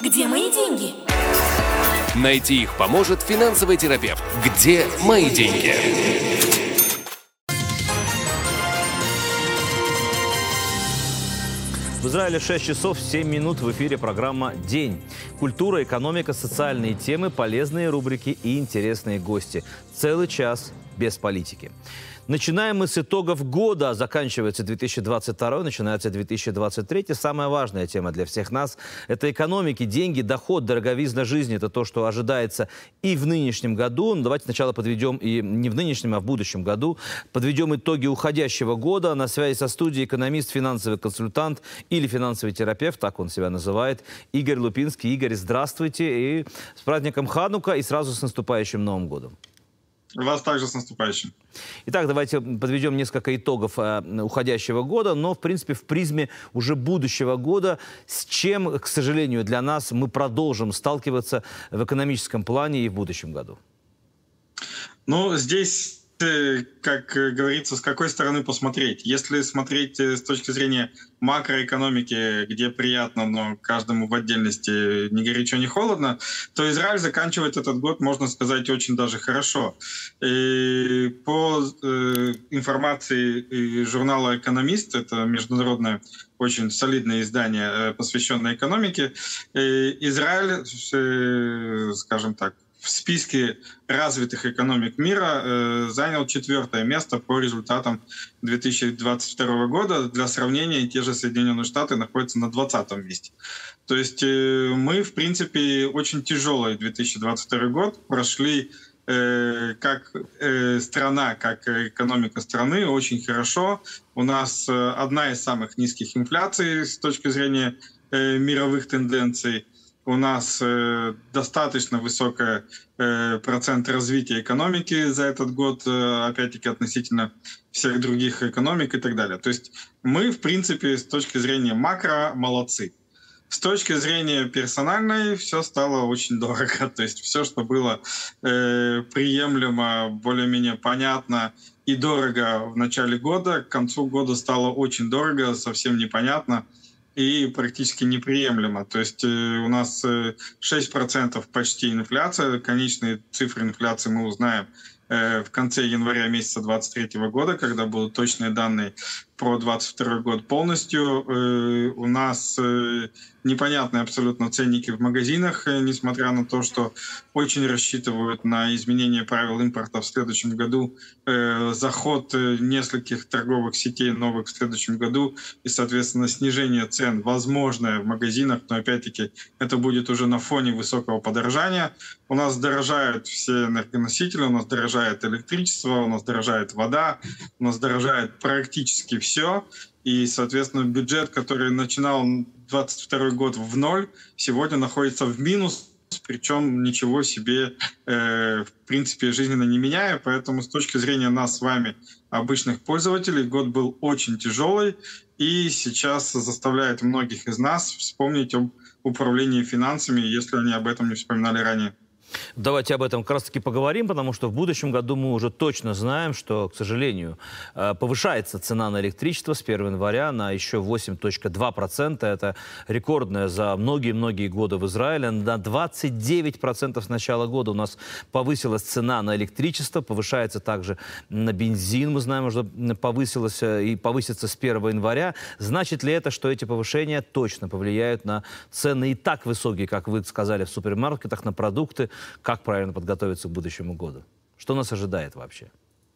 Где мои деньги? Найти их поможет финансовый терапевт. Где мои деньги? В Израиле 6 часов 7 минут, в эфире программа «День». Культура, экономика, социальные темы, полезные рубрики и интересные гости. Целый час без политики. Начинаем мы с итогов года. Заканчивается 2022, начинается 2023. Самая важная тема для всех нас – это экономики, деньги, доход, дороговизна жизни. Это то, что ожидается и в нынешнем году. Но давайте сначала подведем, и не в нынешнем, а в будущем году, подведем итоги уходящего года. На связи со студией экономист, финансовый консультант или финансовый терапевт, так он себя называет, Игорь Лупинский. Игорь, здравствуйте. И с праздником Ханука, и сразу с наступающим Новым годом. Вас также с наступающим. Итак, давайте подведем несколько итогов уходящего года, но, в принципе, в призме уже будущего года, с чем, к сожалению, для нас мы продолжим сталкиваться в экономическом плане и в будущем году. Ну, здесь, как говорится, с какой стороны посмотреть. Если смотреть с точки зрения макроэкономики, где приятно, но каждому в отдельности ни горячо, ни холодно, то Израиль заканчивает этот год, можно сказать, очень даже хорошо. И по информации журнала «Экономист», это международное очень солидное издание, посвященное экономике, Израиль, скажем так, в списке развитых экономик мира занял 4-е место по результатам 2022 года. Для сравнения, те же Соединенные Штаты находятся на 20-м месте. То есть мы, в принципе, очень тяжелый 2022 год прошли как страна, как экономика страны очень хорошо. У нас одна из самых низких инфляций с точки зрения мировых тенденций. У нас достаточно высокий процент развития экономики за этот год, опять-таки относительно всех других экономик и так далее. То есть мы, в принципе, с точки зрения макро молодцы. С точки зрения персональной все стало очень дорого. То есть все, что было приемлемо, более-менее понятно и дорого в начале года, к концу года стало очень дорого, совсем непонятно и практически неприемлемо. То есть у нас 6% почти инфляция. Конечные цифры инфляции мы узнаем в конце января месяца 2023 года, когда будут точные данные про 2022 год полностью. У нас непонятные абсолютно ценники в магазинах, несмотря на то, что очень рассчитывают на изменение правил импорта в следующем году, заход нескольких торговых сетей новых в следующем году и, соответственно, снижение цен возможное в магазинах, но, опять-таки, это будет уже на фоне высокого подорожания. У нас дорожают все энергоносители, у нас дорожает электричество, у нас дорожает вода, у нас дорожает практически все. И, соответственно, бюджет, который начинал 2022 год в ноль, сегодня находится в минус, причем ничего себе, в принципе, жизненно не меняя. Поэтому с точки зрения нас с вами, обычных пользователей, год был очень тяжелый и сейчас заставляет многих из нас вспомнить об управлении финансами, если они об этом не вспоминали ранее. Давайте об этом как раз-таки поговорим, потому что в будущем году мы уже точно знаем, что, к сожалению, повышается цена на электричество с 1 января на еще 8,2%. Это рекордная за многие-многие годы в Израиле. На 29% с начала года у нас повысилась цена на электричество, повышается также на бензин, мы знаем, уже повысилась и повысится с 1 января. Значит ли это, что эти повышения точно повлияют на цены и так высокие, как вы сказали, в супермаркетах, на продукты? Как правильно подготовиться к будущему году? Что нас ожидает вообще?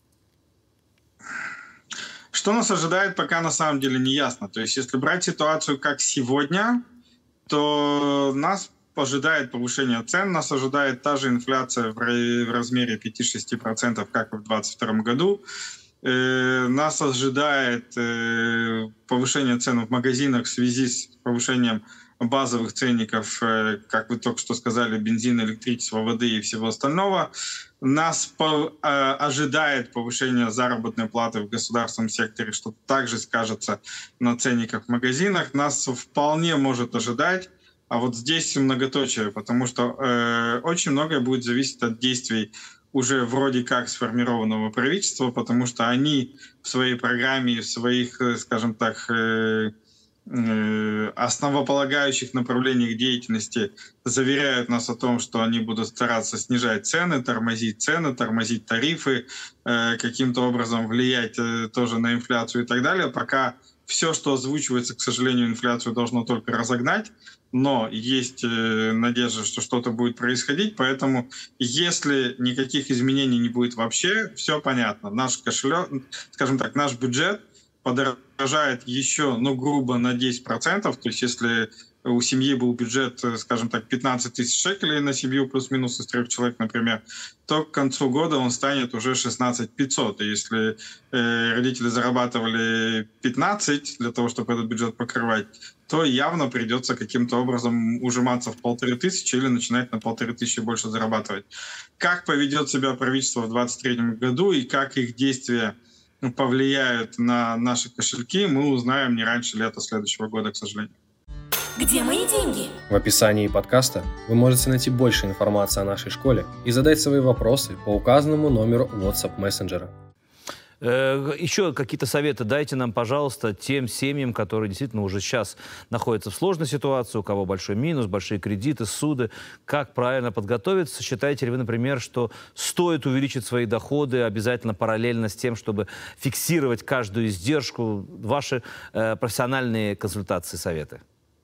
Что нас ожидает, пока на самом деле не ясно. То есть если брать ситуацию как сегодня, то нас ожидает повышение цен, нас ожидает та же инфляция в размере 5-6%, как и в 2022 году. Нас ожидает повышение цен в магазинах в связи с повышением базовых ценников, как вы только что сказали, бензина, электричества, воды и всего остального. Нас ожидает повышение заработной платы в государственном секторе, что также скажется на ценниках в магазинах. Нас вполне может ожидать, а вот здесь многоточие, потому что очень многое будет зависеть от действий уже вроде как сформированного правительства, потому что они в своей программе, в своих, скажем так, основополагающих направлениях деятельности заверяют нас о том, что они будут стараться снижать цены, тормозить тарифы, каким-то образом влиять тоже на инфляцию и так далее. Пока все, что озвучивается, к сожалению, инфляцию должно только разогнать, но есть надежда, что что-то будет происходить, поэтому если никаких изменений не будет вообще, все понятно. Наш кошелек, скажем так, наш бюджет подорожает еще, грубо на 10%. То есть если у семьи был бюджет, скажем так, 15 тысяч шекелей на семью плюс-минус из 3 человек, например, то к концу года он станет уже 16 500. И если родители зарабатывали 15 для того, чтобы этот бюджет покрывать, то явно придется каким-то образом ужиматься в 1500 или начинать на 1500 больше зарабатывать. Как поведет себя правительство в 2023 году и как их действия повлияют на наши кошельки, мы узнаем не раньше лета следующего года, к сожалению. Где мои деньги? В описании подкаста вы можете найти больше информации о нашей школе и задать свои вопросы по указанному номеру WhatsApp мессенджера. Еще какие-то советы дайте нам, пожалуйста, тем семьям, которые действительно уже сейчас находятся в сложной ситуации, у кого большой минус, большие кредиты, суды. Как правильно подготовиться? Считаете ли вы, например, что стоит увеличить свои доходы обязательно параллельно с тем, чтобы фиксировать каждую издержку? Ваши профессиональные консультации, советы?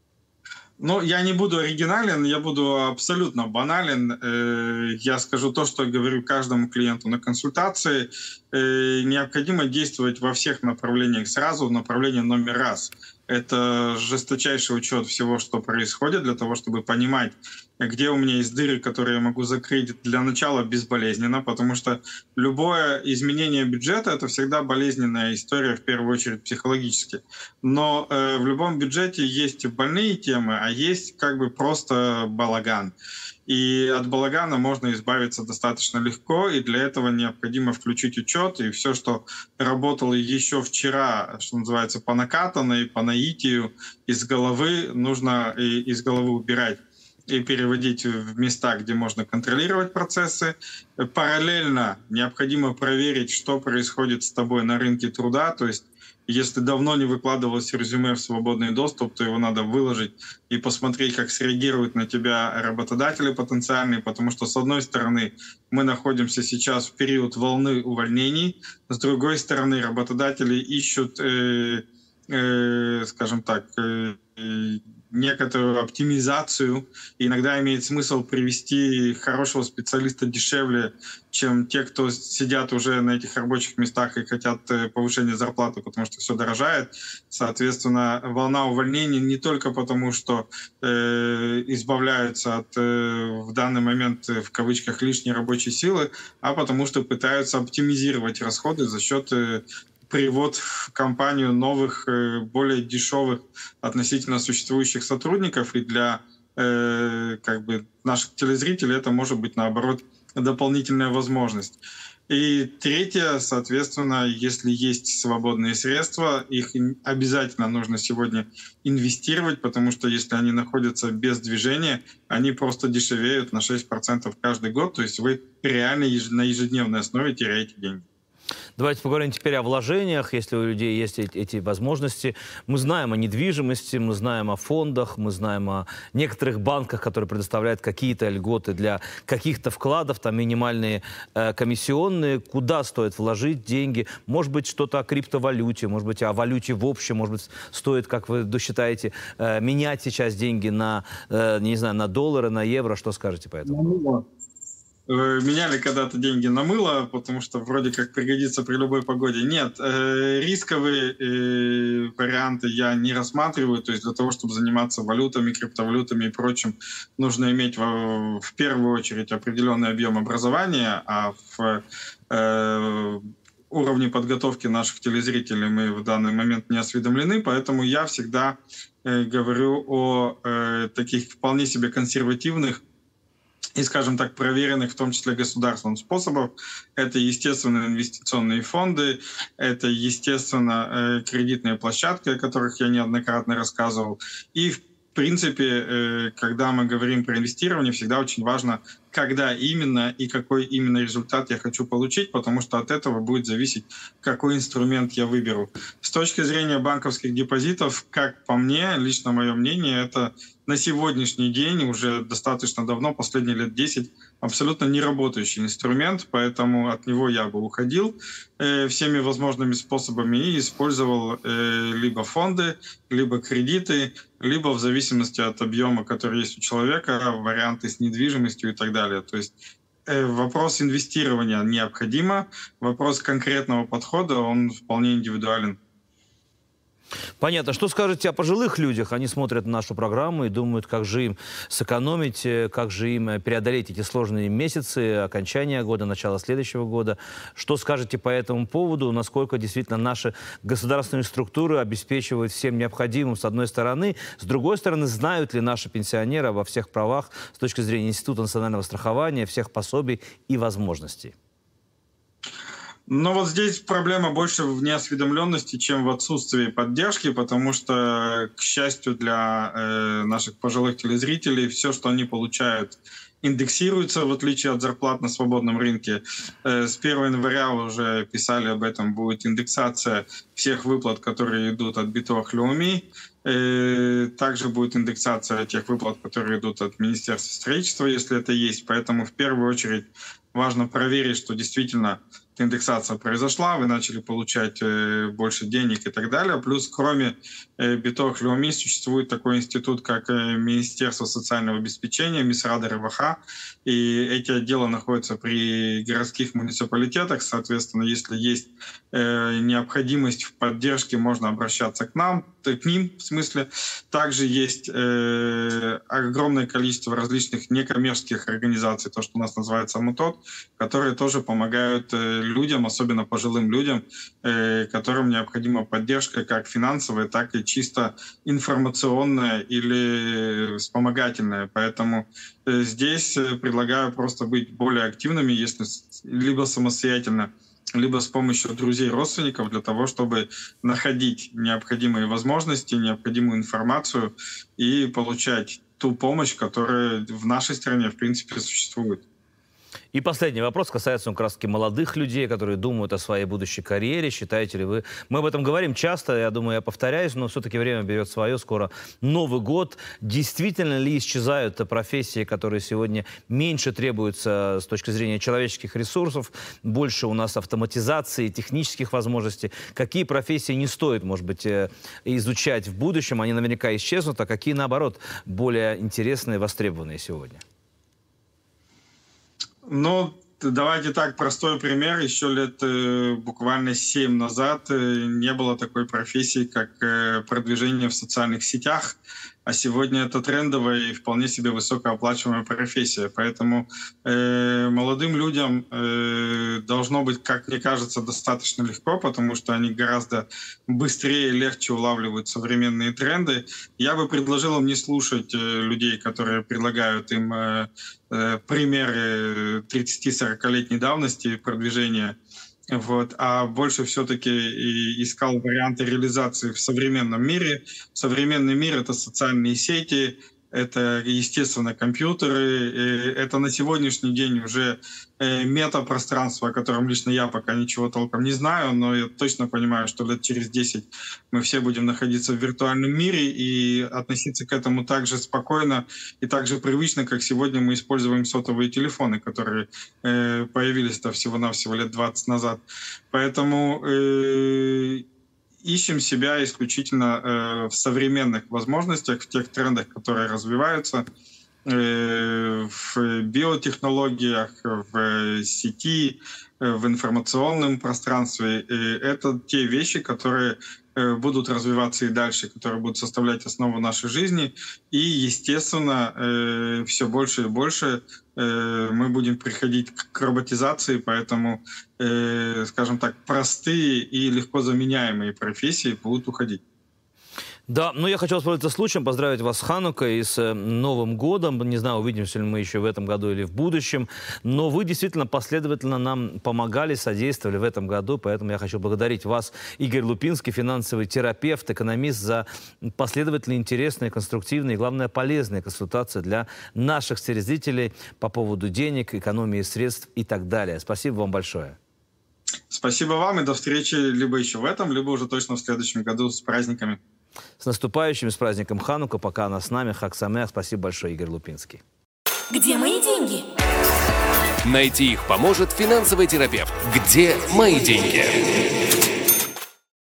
Я не буду оригинален, я буду абсолютно банален. Я скажу то, что говорю каждому клиенту на консультации. Необходимо действовать во всех направлениях сразу. Направление номер раз — это жесточайший учет всего, что происходит, для того, чтобы понимать, где у меня есть дыры, которые я могу закрыть для начала безболезненно, потому что любое изменение бюджета — это всегда болезненная история, в первую очередь психологически. Но в любом бюджете есть больные темы, а есть просто балаган. И от балагана можно избавиться достаточно легко, и для этого необходимо включить учет, и все, что работало еще вчера, что называется, по накатанной, по наитию, из головы, нужно из головы убирать и переводить в места, где можно контролировать процессы. Параллельно необходимо проверить, что происходит с тобой на рынке труда, то есть если давно не выкладывалось резюме в свободный доступ, то его надо выложить и посмотреть, как среагируют на тебя работодатели потенциальные, потому что, с одной стороны, мы находимся сейчас в период волны увольнений, с другой стороны, работодатели ищут, некоторую оптимизацию. И иногда имеет смысл привести хорошего специалиста дешевле, чем те, кто сидят уже на этих рабочих местах и хотят повышения зарплаты, потому что все дорожает. Соответственно, волна увольнений не только потому, что избавляются от в данный момент в кавычках лишней рабочей силы, а потому что пытаются оптимизировать расходы за счет привод в компанию новых, более дешевых относительно существующих сотрудников. И для наших телезрителей это может быть, наоборот, дополнительная возможность. И третье, соответственно, если есть свободные средства, их обязательно нужно сегодня инвестировать, потому что если они находятся без движения, они просто дешевеют на 6% каждый год. То есть вы реально на ежедневной основе теряете деньги. Давайте поговорим теперь о вложениях, если у людей есть эти возможности. Мы знаем о недвижимости, мы знаем о фондах, мы знаем о некоторых банках, которые предоставляют какие-то льготы для каких-то вкладов, там минимальные комиссионные. Куда стоит вложить деньги? Может быть, что-то о криптовалюте, может быть, о валюте в общем, может быть, стоит, как вы считаете, менять сейчас деньги на, не знаю, на доллары, на евро. Что скажете по этому? Меняли когда-то деньги на мыло, потому что вроде как пригодится при любой погоде. Нет, рисковые варианты я не рассматриваю. То есть для того, чтобы заниматься валютами, криптовалютами и прочим, нужно иметь в первую очередь определенный объем образования, а в уровне подготовки наших телезрителей мы в данный момент не осведомлены, поэтому я всегда говорю о таких вполне себе консервативных и, скажем так, проверенных, в том числе государственным способом. Это, естественно, инвестиционные фонды, это, естественно, кредитные площадки, о которых я неоднократно рассказывал. И, в принципе, когда мы говорим про инвестирование, всегда очень важно когда именно и какой именно результат я хочу получить, потому что от этого будет зависеть, какой инструмент я выберу. С точки зрения банковских депозитов, как по мне, лично мое мнение, это на сегодняшний день, уже достаточно давно, последние лет 10, абсолютно неработающий инструмент, поэтому от него я бы уходил всеми возможными способами и использовал либо фонды, либо кредиты, либо в зависимости от объема, который есть у человека, варианты с недвижимостью и так далее. То есть вопрос инвестирования необходимо, вопрос конкретного подхода, он вполне индивидуален. Понятно. Что скажете о пожилых людях? Они смотрят нашу программу и думают, как же им сэкономить, как же им преодолеть эти сложные месяцы, окончания года, начало следующего года. Что скажете по этому поводу? Насколько действительно наши государственные структуры обеспечивают всем необходимым, с одной стороны. С другой стороны, знают ли наши пенсионеры обо всех правах с точки зрения Института национального страхования, всех пособий и возможностей? Но вот здесь проблема больше в неосведомленности, чем в отсутствии поддержки, потому что, к счастью для наших пожилых телезрителей, все, что они получают, индексируется, в отличие от зарплат на свободном рынке. С 1 января уже писали об этом, будет индексация всех выплат, которые идут от Битох Леуми. Также будет индексация тех выплат, которые идут от Министерства строительства, если это есть. Поэтому в первую очередь важно проверить, что действительно индексация произошла, вы начали получать больше денег и так далее. Плюс, кроме Битох Леуми, существует такой институт, как Министерство социального обеспечения, Мисрад РВХ, и эти отделы находятся при городских муниципалитетах. Соответственно, если есть необходимость в поддержке, можно обращаться к ним, в смысле. Также есть огромное количество различных некоммерческих организаций, то, что у нас называется АМУТОТ, которые тоже помогают людям, особенно пожилым людям, которым необходима поддержка как финансовая, так и чисто информационная или вспомогательная. Поэтому здесь предлагаю просто быть более активными, если либо самостоятельно, либо с помощью друзей, родственников, для того, чтобы находить необходимые возможности, необходимую информацию и получать ту помощь, которая в нашей стране, в принципе, существует. И последний вопрос касается как раз-таки молодых людей, которые думают о своей будущей карьере. Считаете ли вы... Мы об этом говорим часто, я думаю, я повторяюсь, но все-таки время берет свое. Скоро Новый год. Действительно ли исчезают профессии, которые сегодня меньше требуются с точки зрения человеческих ресурсов, больше у нас автоматизации, технических возможностей? Какие профессии не стоит, может быть, изучать в будущем? Они наверняка исчезнут, а какие, наоборот, более интересные, востребованные сегодня? Ну, давайте так, простой пример. Еще лет буквально 7 назад не было такой профессии, как продвижение в социальных сетях. А сегодня это трендовая и вполне себе высокооплачиваемая профессия. Поэтому молодым людям должно быть, как мне кажется, достаточно легко, потому что они гораздо быстрее и легче улавливают современные тренды. Я бы предложил им не слушать людей, которые предлагают им примеры 30-40-летней давности продвижения, а больше все-таки искал варианты реализации в современном мире. Современный мир — это социальные сети, это, естественно, компьютеры. Это на сегодняшний день уже метапространство, о котором лично я пока ничего толком не знаю, но я точно понимаю, что лет через 10 мы все будем находиться в виртуальном мире и относиться к этому так же спокойно и так же привычно, как сегодня мы используем сотовые телефоны, которые появились-то всего-навсего лет 20 назад. Поэтому ищем себя исключительно в современных возможностях, в тех трендах, которые развиваются, в биотехнологиях, в сети, в информационном пространстве. Это те вещи, которые будут развиваться и дальше, которые будут составлять основу нашей жизни. И, естественно, все больше и больше мы будем приходить к роботизации, поэтому, скажем так, простые и легко заменяемые профессии будут уходить. Да, я хочу воспользоваться случаем, поздравить вас с Ханукой и с Новым годом. Не знаю, увидимся ли мы еще в этом году или в будущем, но вы действительно последовательно нам помогали, содействовали в этом году, поэтому я хочу благодарить вас, Игорь Лупинский, финансовый терапевт, экономист, за последовательные, интересные, конструктивные и, главное, полезные консультации для наших телезрителей по поводу денег, экономии средств и так далее. Спасибо вам большое. Спасибо вам и до встречи либо еще в этом, либо уже точно в следующем году с праздниками. С наступающим, с праздником Ханука. Пока она с нами. Хаг Самеах. Спасибо большое, Игорь Лупинский. Где мои деньги? Найти их поможет финансовый терапевт. Где мои деньги?